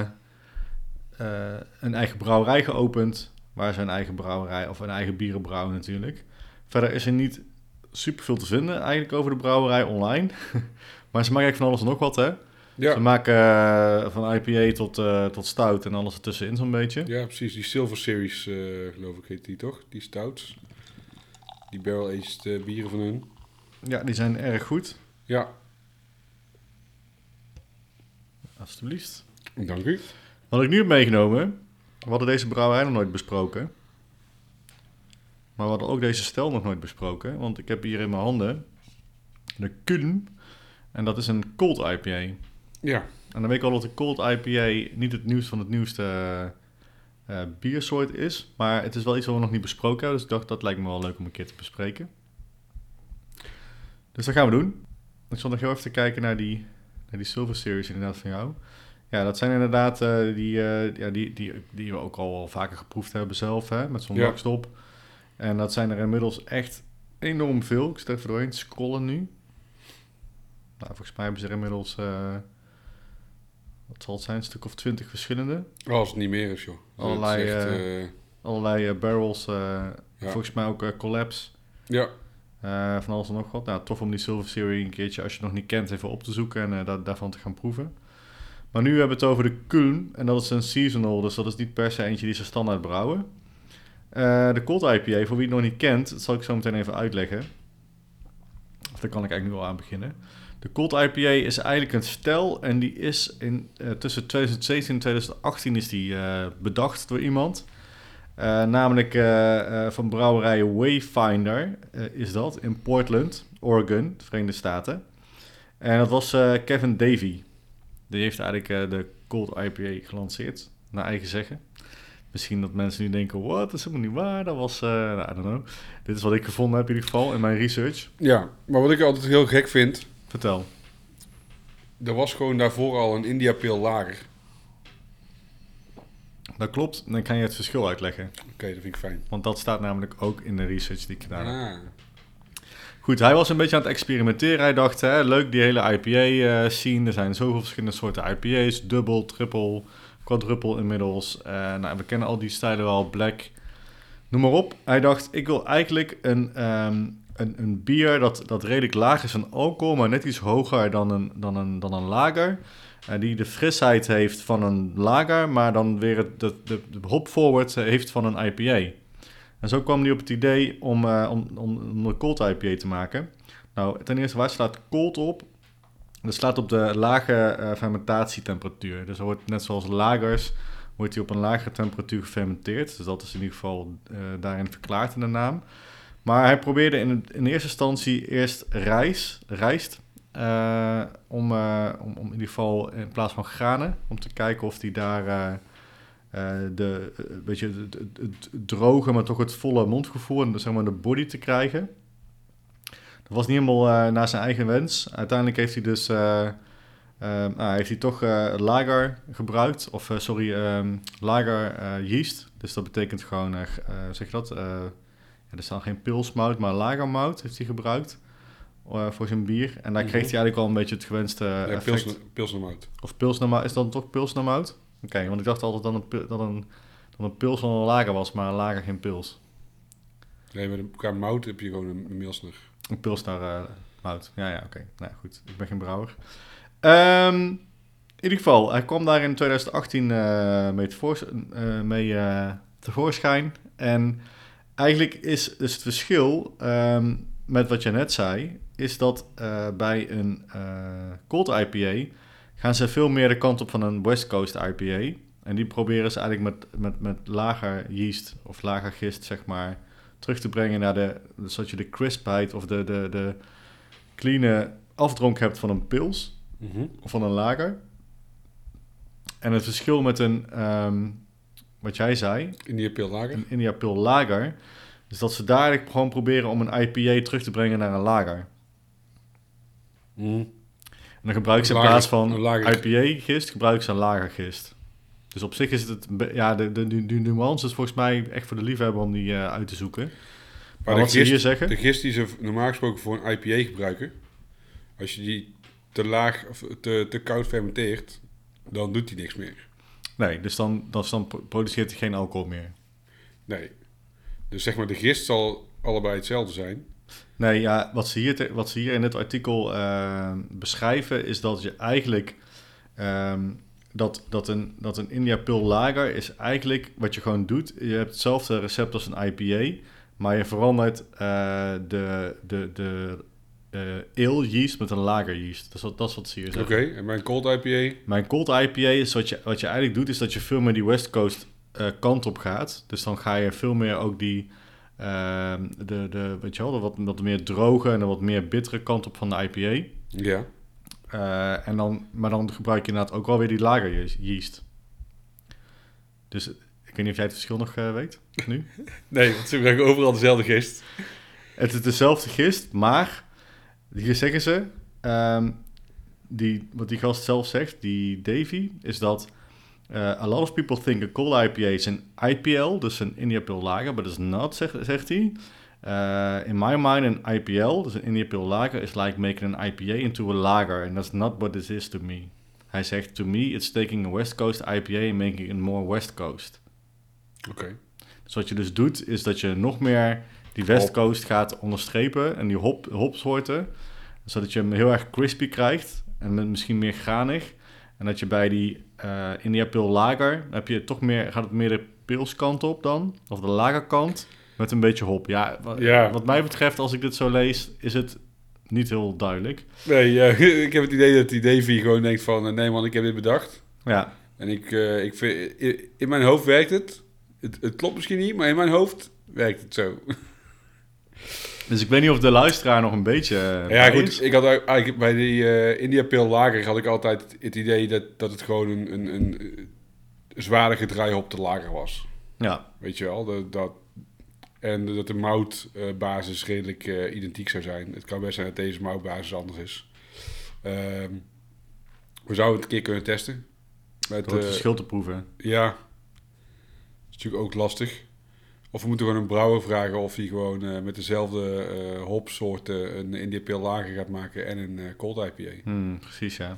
een eigen brouwerij geopend, waar ze een eigen brouwerij of een eigen bieren brouwen natuurlijk. Verder is er niet super veel te vinden eigenlijk over de brouwerij online. Maar ze maken eigenlijk van alles en nog wat, hè? Ja. Ze maken van IPA tot stout en alles ertussenin zo'n beetje. Ja, precies. Die Silver Series, geloof ik, heet die toch? Die stouts. Die barrel-aged bieren van hun. Ja, die zijn erg goed. Ja, Alsjeblieft. dank u. Wat ik nu heb meegenomen, we hadden deze brouwerij nog nooit besproken. Maar we hadden ook deze stijl nog nooit besproken. Want ik heb hier in mijn handen de Kulm. En dat is een cold IPA. Ja, En dan weet ik al dat de cold IPA niet het nieuwste van het nieuwste biersoort is. Maar het is wel iets wat we nog niet besproken hebben. Dus ik dacht, dat lijkt me wel leuk om een keer te bespreken. Dus dat gaan we doen. Ik zal nog heel even kijken naar die Silver Series inderdaad van jou. Ja, dat zijn inderdaad die we ook al wel vaker geproefd hebben zelf, hè, met zo'n bakstop. En dat zijn er inmiddels echt enorm veel. Ik zit even doorheen te scrollen nu. Nou, volgens mij hebben ze er inmiddels, wat zal het zijn, een stuk of 20 verschillende. als het niet meer is, joh. Allerlei barrels, Ja. volgens mij ook collabs. Ja, Van alles en nog wat. Nou, tof om die Silver Series een keertje, als je het nog niet kent, even op te zoeken en daarvan te gaan proeven. Maar nu hebben we het over de Kulm. En dat is een seasonal, dus dat is niet per se eentje die ze standaard brouwen. De Cold IPA, voor wie het nog niet kent, dat zal ik zo meteen even uitleggen. Of daar kan ik eigenlijk nu al aan beginnen. De Cold IPA is eigenlijk een stijl en die is tussen 2017 en 2018 is die bedacht door iemand. Namelijk van brouwerij Wayfinder is dat, in Portland, Oregon, de Verenigde Staten. En dat was Kevin Davey. Die heeft eigenlijk de Cold IPA gelanceerd, naar eigen zeggen. Misschien dat mensen nu denken, wat, dat is helemaal niet waar. Dat was, I don't know. Dit is wat ik gevonden heb in ieder geval, in mijn research. ja, maar wat ik altijd heel gek vind, Vertel. er was gewoon daarvoor al een India Pale Lager. Dat klopt, dan kan je het verschil uitleggen. Oké, dat vind ik fijn. Want dat staat namelijk ook in de research die ik gedaan heb. Ah, Goed, hij was een beetje aan het experimenteren. Hij dacht, hè, leuk die hele IPA-scene. Er zijn zoveel verschillende soorten IPA's. Dubbel, triple, quadruple inmiddels. Nou, we kennen al die stijlen wel. Black, noem maar op. Hij dacht, ik wil eigenlijk een bier dat redelijk laag is aan alcohol, maar net iets hoger dan een lager. Die de frisheid heeft van een lager, maar dan weer de hop forward heeft van een IPA. En zo kwam hij op het idee om een cold IPA te maken. Nou, ten eerste, waar staat cold op? Dat slaat op de lage fermentatietemperatuur. Dus wordt net zoals lagers, wordt hij op een lagere temperatuur gefermenteerd. Dus dat is in ieder geval daarin verklaard in de naam. Maar hij probeerde in eerste instantie eerst rijst. Om in ieder geval in plaats van granen. Om te kijken of hij daar beetje het droge, maar toch het volle mondgevoel en zeg maar de body te krijgen. Dat was niet helemaal naar zijn eigen wens. Uiteindelijk heeft hij dus toch lager gebruikt. Lager yeast. Dus dat betekent gewoon, zeg je dat? Er staat geen pilsmout, maar lagermout heeft hij gebruikt voor zijn bier. En daar kreeg hij eigenlijk al een beetje het gewenste effect. Pilsnermout. Of pilsnermout. Is dat dan toch pilsnermout? Oké, want ik dacht altijd dat een pils van een lager was, maar een lager geen pils. Nee, maar qua mout heb je gewoon een pilsner. Een pilsner mout. Ja, oké. Nou goed, ik ben geen brouwer. In ieder geval, hij kwam daar in 2018 mee tevoorschijn. En eigenlijk is dus het verschil met wat je net zei, is dat bij een cold IPA gaan ze veel meer de kant op van een West Coast IPA. En die proberen ze eigenlijk met lager yeast of lager gist, zeg maar, terug te brengen naar zodat je de crispheid of de clean afdronk hebt van een pils of van een lager. En het verschil met een, wat jij zei, India Pale Lager. Een India Pale Lager, is dat ze daar eigenlijk gewoon proberen om een IPA terug te brengen naar een lager. En dan gebruiken ze in plaats van IPA-gist, gebruiken ze een lagergist. Dus op zich is het, de nuance is volgens mij echt voor de liefhebber om die uit te zoeken. Maar wat ze hier zeggen... De gist die ze normaal gesproken voor een IPA gebruiken, als je die te laag of te koud fermenteert, dan doet die niks meer. Nee, dus dan produceert hij geen alcohol meer. Nee. Dus zeg maar, de gist zal allebei hetzelfde zijn. Nee, ja, wat ze hier in dit artikel beschrijven, is dat je eigenlijk... Dat een India Pale Lager is eigenlijk wat je gewoon doet. Je hebt hetzelfde recept als een IPA, maar je verandert de ale yeast met een lager yeast. Dat is wat ze hier zeggen. Oké, en mijn cold IPA? Mijn cold IPA is wat je eigenlijk doet, is dat je veel meer die West Coast kant op gaat. Dus dan ga je veel meer ook die weet je wel, wat meer droge en de wat meer bittere kant op van de IPA. Ja. Maar dan gebruik je inderdaad ook wel weer die lager yeast. Dus ik weet niet of jij het verschil nog weet, nu? Nee, want ze gebruiken overal dezelfde gist. Het is dezelfde gist, maar hier zeggen ze, wat die gast zelf zegt, die Davy, is dat a lot of people think a cold IPA is an IPL, dus een India Pale Lager, but it's not, zegt hij. In my mind, an IPL, dus een India Pale Lager, is like making an IPA into a lager, and that's not what this is to me. Hij zegt, to me, it's taking a West Coast IPA and making it more West Coast. Oké. Dus wat je dus doet, is dat je nog meer die West Coast gaat onderstrepen en die hopsoorten, zodat je hem heel erg crispy krijgt en misschien meer granig. En dat je bij die India Pale Lager, heb je toch gaat het meer de pilskant op dan, of de lagerkant, met een beetje hop. Ja, wat mij betreft, als ik dit zo lees, is het niet heel duidelijk. Nee, ik heb het idee dat die Davy gewoon denkt van, nee man, ik heb dit bedacht. Ja. En ik vind, in mijn hoofd werkt het. Het klopt misschien niet, maar in mijn hoofd werkt het zo. Dus ik weet niet of de luisteraar nog een beetje ja, goed. is. Ik had eigenlijk bij die India Pale Lager had ik altijd het idee dat het gewoon een zwaardige draaihop te lager was. Ja. Weet je wel, en dat de moutbasis redelijk identiek zou zijn. Het kan best zijn dat deze moutbasis anders is. We zouden het een keer kunnen testen. Door het verschil te proeven. Ja. Dat is natuurlijk ook lastig. Of we moeten gewoon een brouwer vragen of hij gewoon met dezelfde hopsoorten een India Pale Lager gaat maken en een cold IPA. Precies, ja.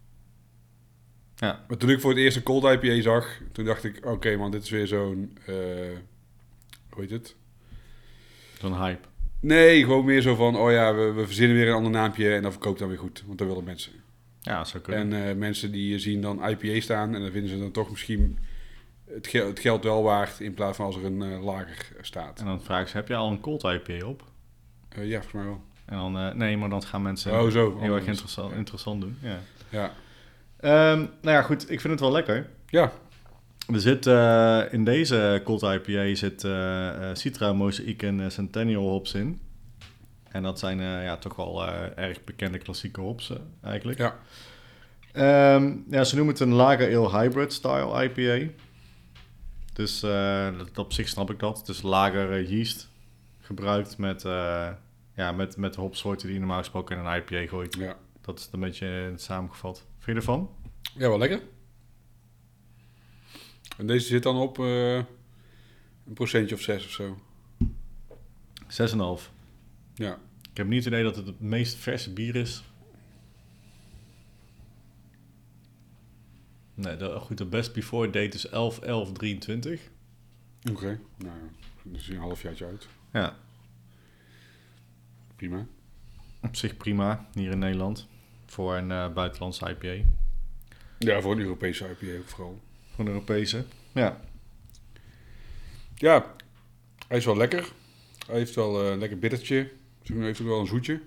Maar toen ik voor het eerst een cold IPA zag, toen dacht ik, oké man, dit is weer zo'n, hoe heet het? Zo'n hype. Nee, gewoon meer zo van, oh ja, we verzinnen weer een ander naampje en dat verkoopt dan weer goed, want dat willen mensen. Ja, zo kunnen. En mensen die zien dan IPA staan en dan vinden ze dan toch misschien het geld wel waard in plaats van als er een lager staat. En dan vragen ze, heb je al een cold IPA op? Ja, volgens mij wel. En dan, nee, maar dan gaan mensen heel erg interessant doen. Ja. Ja. Nou ja, goed, ik vind het wel lekker. Ja. Er zit in deze Cold IPA zit Citra, Mosaic en Centennial hops in. En dat zijn toch wel erg bekende klassieke hops eigenlijk. Ja. Ze noemen het een lager ale hybrid style IPA. Dus op zich snap ik dat. Het is lager yeast gebruikt met hopsoorten die je normaal gesproken in een IPA gooit. Ja. Dat is een beetje samengevat. Vind je ervan? Ja, wel lekker. En deze zit dan op een procentje of 6 of zo. 6,5. Ja. Ik heb niet het idee dat het meest verse bier is. Nee, de best before date is 11/11/23. Oké. Nou, dat is een halfjaartje uit. Ja, Prima. op zich prima hier in Nederland. Voor een buitenlandse IPA. Ja, voor een Europese IPA ook vooral. Voor een Europese. Ja. Ja, hij is wel lekker. Hij heeft wel een lekker bittertje. Hij heeft ook wel een zoetje.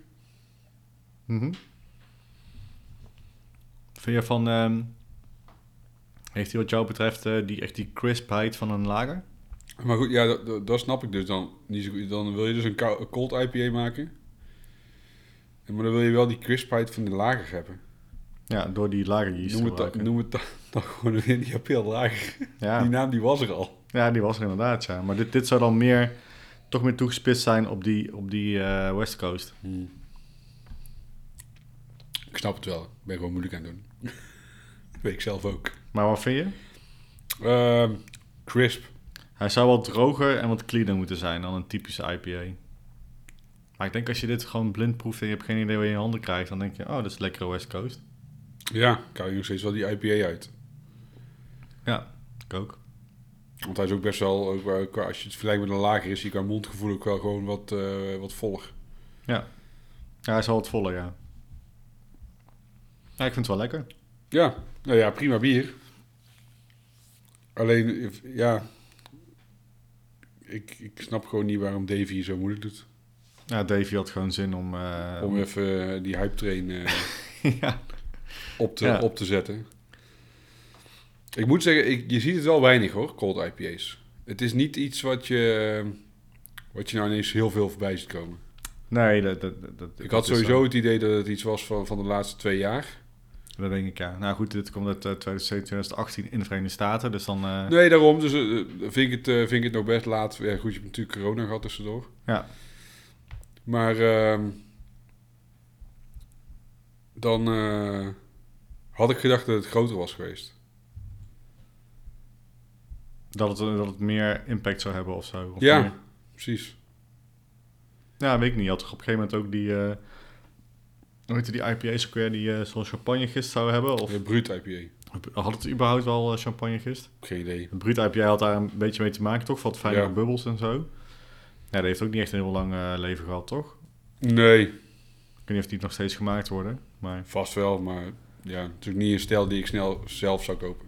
Vind je van... heeft hij wat jou betreft die crispheid van een lager? Maar goed, ja, dat snap ik dus dan niet zo goed. Dan wil je dus een cold IPA maken. Maar dan wil je wel die crispheid van de lager hebben. Ja, door die lager yeast te gebruiken. Noem het dan gewoon een Indiapeel lager. Ja. Die naam die was er al. Ja, die was er inderdaad, ja. Maar dit zou dan toch meer toegespitst zijn op die West Coast. Ik snap het wel. Ik ben gewoon moeilijk aan het doen. Dat weet ik zelf ook. Maar wat vind je? Crisp. Hij zou wat droger en wat cleaner moeten zijn dan een typische IPA. Maar ik denk als je dit gewoon blind proeft en je hebt geen idee wat je in je handen krijgt, dan denk je, oh, dat is lekkere West Coast. Ja, krijg je nog steeds wel die IPA uit. Ja, ik ook. Want hij is ook best wel, als je het vergelijkt met een lager, is hij qua mondgevoel ook wel gewoon wat voller. Ja, hij is wel wat voller, ja. Ja, ik vind het wel lekker. Ja, nou ja, prima bier. Alleen, ja, ik snap gewoon niet waarom Davy zo moeilijk doet. Ja, Davy had gewoon zin om even die hype train ja. op te zetten. Ik moet zeggen, je ziet het wel weinig hoor, cold IPA's. Het is niet iets wat je nou ineens heel veel voorbij ziet komen. Nee, ik had sowieso het idee dat het iets was van de laatste 2 jaar. Dat denk ik, ja. Nou goed, dit komt uit 2017, 2018 in de Verenigde Staten, dus dan... Nee, daarom. Dus vind ik het nog best laat. Ja, goed, je hebt natuurlijk corona gehad tussendoor. Ja. Maar dan had ik gedacht dat het groter was geweest. Dat het meer impact zou hebben of zo. Of ja, meer... precies. Ja, weet ik niet. Je had toch op een gegeven moment ook die... hoe heette die IPA's ook weer die zo'n champagnegist zou hebben? Of Bruut IPA. had het überhaupt wel champagnegist? Geen idee. Het Bruut IPA had daar een beetje mee te maken, toch? Wat fijnere bubbels en zo. Ja, dat heeft ook niet echt een heel lang leven gehad, toch? Nee. Ik weet niet of die nog steeds gemaakt worden, maar... Vast wel, maar ja, natuurlijk niet een stijl die ik snel zelf zou kopen.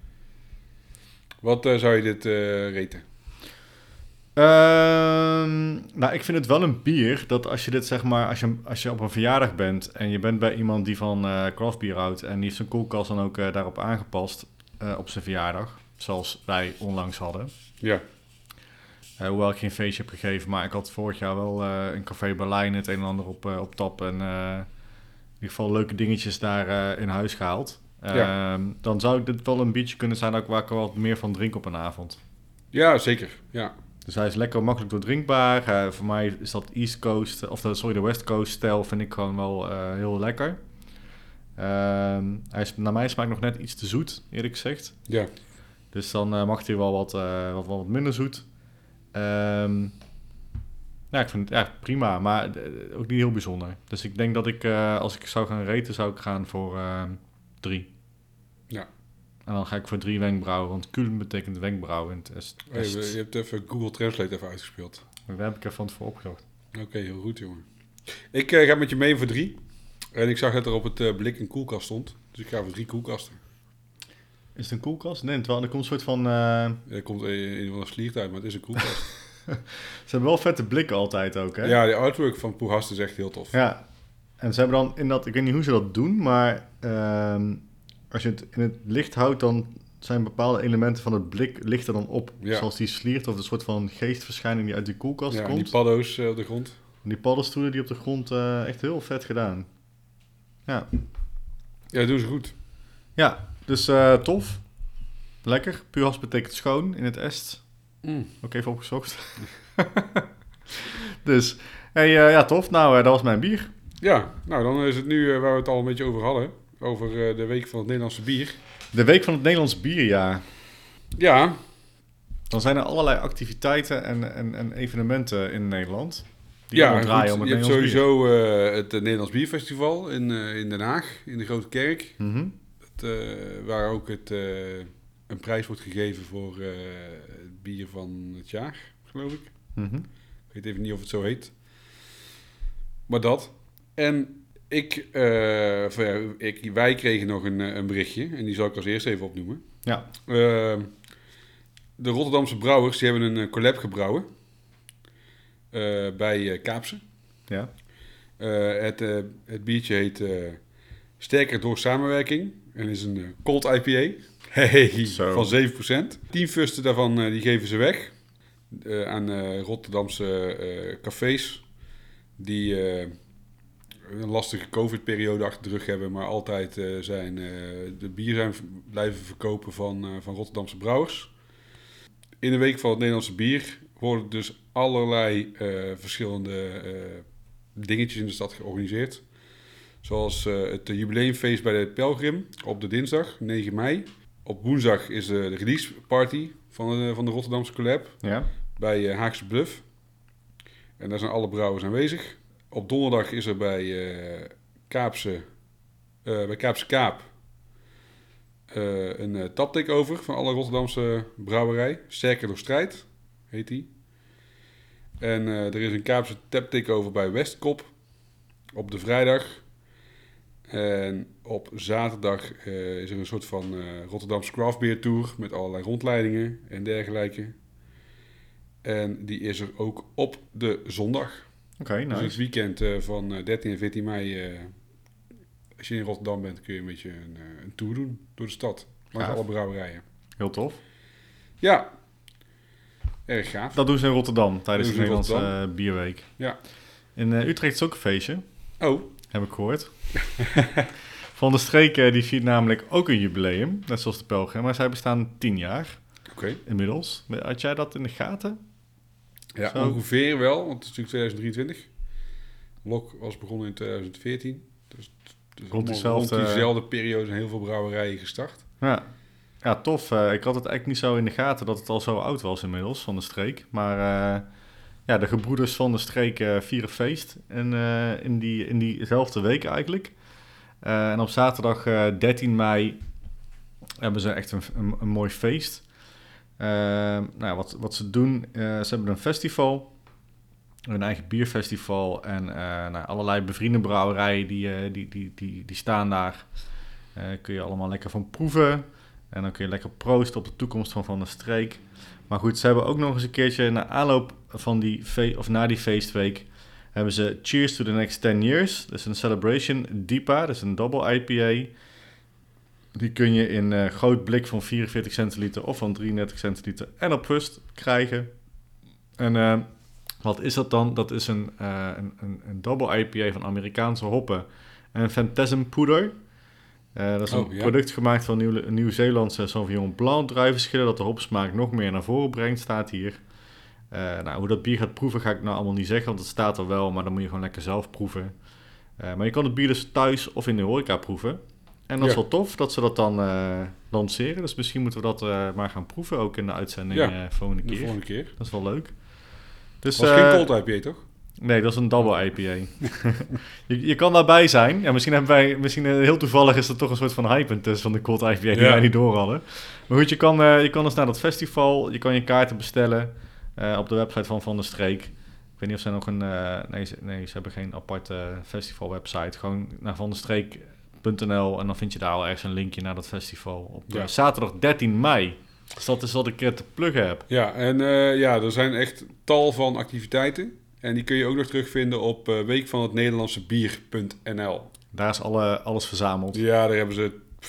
Wat zou je dit raten? Nou, ik vind het wel een bier dat als je dit zeg maar, als je op een verjaardag bent en je bent bij iemand die van craft bier houdt en die heeft zijn koelkast dan ook daarop aangepast op zijn verjaardag, zoals wij onlangs hadden. Ja. Hoewel ik geen feestje heb gegeven, maar ik had vorig jaar wel in Café Berlijn het een en ander op tap en in ieder geval leuke dingetjes daar in huis gehaald. Dan zou dit wel een biertje kunnen zijn waar ik wat meer van drink op een avond. Ja, zeker. Ja. Dus hij is lekker makkelijk doordrinkbaar. Voor mij is dat East Coast, de West Coast stijl vind ik gewoon wel heel lekker. Hij is naar mijn smaak nog net iets te zoet, eerlijk gezegd. Ja. Dus dan mag hij wel wat minder zoet. Ja, ik vind het prima, maar ook niet heel bijzonder. Dus ik denk dat ik, als ik zou gaan raten, zou ik gaan voor 3. Ja. En dan ga ik voor 3 wenkbrauwen, want Kuhn betekent wenkbrauw in het Est. Je hebt even Google Translate even uitgespeeld. Daar heb ik even van tevoren opgezocht. Oké, heel goed jongen. Ik ga met je mee voor 3. En ik zag dat er op het blik een koelkast stond. Dus ik ga voor 3 koelkasten. Is het een koelkast? Nee, terwijl er komt een soort van... Er komt een van een sliert uit, maar het is een koelkast. Ze hebben wel vette blikken altijd ook, hè? Ja, de artwork van Puhast is echt heel tof. Ja, en ze hebben dan in dat... Ik weet niet hoe ze dat doen, maar als je het in het licht houdt, dan zijn bepaalde elementen van het blik lichten dan op. Ja. Zoals die sliert of een soort van geestverschijning die uit die koelkast Ja, komt. die paddo's op de grond. Die paddenstoelen die op de grond echt heel vet gedaan. Ja, Ja, dat doen ze goed. ja, dus tof. Lekker. Puras betekent schoon in het Est. Ook even opgezocht. Dus, hey, ja, tof. Nou, dat was mijn bier. Ja, nou dan is het nu waar we het al een beetje over hadden. Over de week van het Nederlandse bier. De week van het Nederlands bierjaar. Ja, Dan zijn er allerlei activiteiten en evenementen in Nederland. Die ja allemaal draaien goed, om je het hebt Nederlands bier. sowieso het Nederlands Bierfestival in Den Haag, in de Grote Kerk. Mhm. Waar ook een prijs wordt gegeven voor het bier van het jaar, geloof ik. Mhm. Ik weet even niet of het zo heet. Maar dat. En wij kregen nog een berichtje. En die zal ik als eerste even opnoemen. Ja. De Rotterdamse brouwers die hebben een collab gebrouwen. Bij Kaapse. Ja. Het biertje heet Sterker door samenwerking. En is een cold IPA. Hey, Zo. van 7%. 10 fusten daarvan die geven ze weg. Aan Rotterdamse cafés. Die een lastige COVID-periode achter de rug hebben. Maar altijd de bier zijn blijven verkopen van Rotterdamse brouwers. In de week van het Nederlandse bier worden dus allerlei verschillende dingetjes in de stad georganiseerd. Zoals het jubileumfeest bij de Pelgrim op de dinsdag, 9 mei. Op woensdag is de release party van de Rotterdamse collab Ja. bij Haagse Bluff. En daar zijn alle brouwers aanwezig. Op donderdag is er bij Kaapse Kaap een taptakeover van alle Rotterdamse brouwerij. Sterker door strijd, heet die. En er is een Kaapse taptakeover bij Westkop op de vrijdag. En op zaterdag is er een soort van Rotterdamse craft beer tour met allerlei rondleidingen en dergelijke. En die is er ook op de zondag. Oké, Dus het nice. weekend van 13 en 14 mei, als je in Rotterdam bent, kun je een beetje een tour doen door de stad. Langs Gaaf. alle brouwerijen. Heel tof. Ja, erg gaaf. Dat doen ze in Rotterdam tijdens de Dat doen ze in Nederlandse bierweek. Ja. In Utrecht is ook een feestje, Oh, heb ik gehoord. Van der Streek die viert namelijk ook een jubileum, net zoals de Pelgrim. Maar zij bestaan 10 jaar oké. inmiddels. Had jij dat in de gaten? Ja, Zo. ongeveer wel, want het is natuurlijk 2023. Lok was begonnen in 2014. Dus Rond rond diezelfde- diezelfde periode zijn heel veel brouwerijen gestart. Ja, ja tof. Ik had het eigenlijk niet zo in de gaten dat het al zo oud was inmiddels, Van der Streek. Maar ja, de gebroeders Van der Streek vieren feest in diezelfde week eigenlijk. En op zaterdag 13 mei hebben ze echt een mooi feest. Nou, wat ze doen, ze hebben een festival, hun eigen bierfestival en nou, allerlei bevriende brouwerijen die staan daar. Kun je allemaal lekker van proeven en dan kun je lekker proosten op de toekomst van der Streek. Maar goed, ze hebben ook nog eens een keertje na aanloop van na die feestweek hebben ze Cheers to the Next 10 Years. Dat is een Celebration DIPA, dat is een double IPA. Die kun je in groot blik van 44 centiliter of van 33 centiliter en op rust krijgen. En wat is dat dan? Dat is een double IPA van Amerikaanse hoppen en Phantasm poeder. Dat is een product gemaakt van Nieuw-Zeelandse Sauvignon Blanc druivenschillen dat de hopsmaak nog meer naar voren brengt, staat hier. Nou, hoe dat bier gaat proeven ga ik nou allemaal niet zeggen, want het staat er wel, maar dan moet je gewoon lekker zelf proeven. Maar je kan het bier dus thuis of in de horeca proeven. En dat is wel tof dat ze dat dan lanceren. Dus misschien moeten we dat maar gaan proeven ook in de uitzending volgende keer. De volgende keer. Dat is wel leuk. Dus, Was geen cold IPA, toch? Nee, dat is een double IPA. je kan daarbij zijn. Ja, misschien heel toevallig is er toch een soort van hype tussen van de cold IPA die wij niet door hadden. Maar goed, je kan dus naar dat festival. Je kan je kaarten bestellen op de website van der Streek. Ik weet niet of zij nog een... nee, ze hebben geen aparte festivalwebsite. Gewoon naar vanderstreek.nl en dan vind je daar al ergens een linkje naar dat festival op zaterdag 13 mei. Dus dat is wat ik te pluggen heb. Ja, en er zijn echt tal van activiteiten. En die kun je ook nog terugvinden op weekvanhetnederlandsebier.nl. Daar is alles verzameld. Ja, daar hebben ze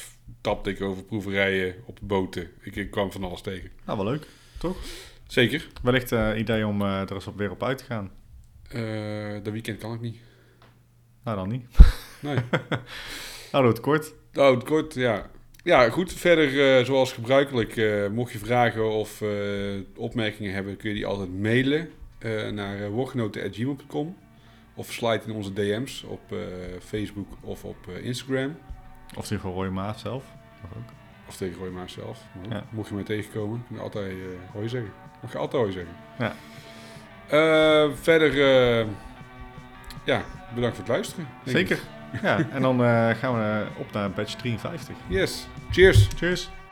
tapte ik over proeverijen op boten. Ik kwam van alles tegen. Nou, wel leuk, toch? Zeker. Wellicht idee om er eens weer op uit te gaan. Dat weekend kan ik niet. Nou, dan niet. Nee. Nou, het kort. Oh, het kort, ja. Ja, goed. Verder, zoals gebruikelijk, mocht je vragen of opmerkingen hebben, kun je die altijd mailen naar woordgenoten@gmail.com. Of slide in onze DM's op Facebook of op Instagram. Of tegen Roy Maas zelf. Mag ook. Of tegen Roy Maas zelf. Ja. Mocht je mij tegenkomen, kun je altijd hoi zeggen. Mag je altijd hoi zeggen. Ja. Verder, ja, bedankt voor het luisteren. Zeker. Ja, en dan gaan we op naar batch 53. Yes. Cheers. Cheers.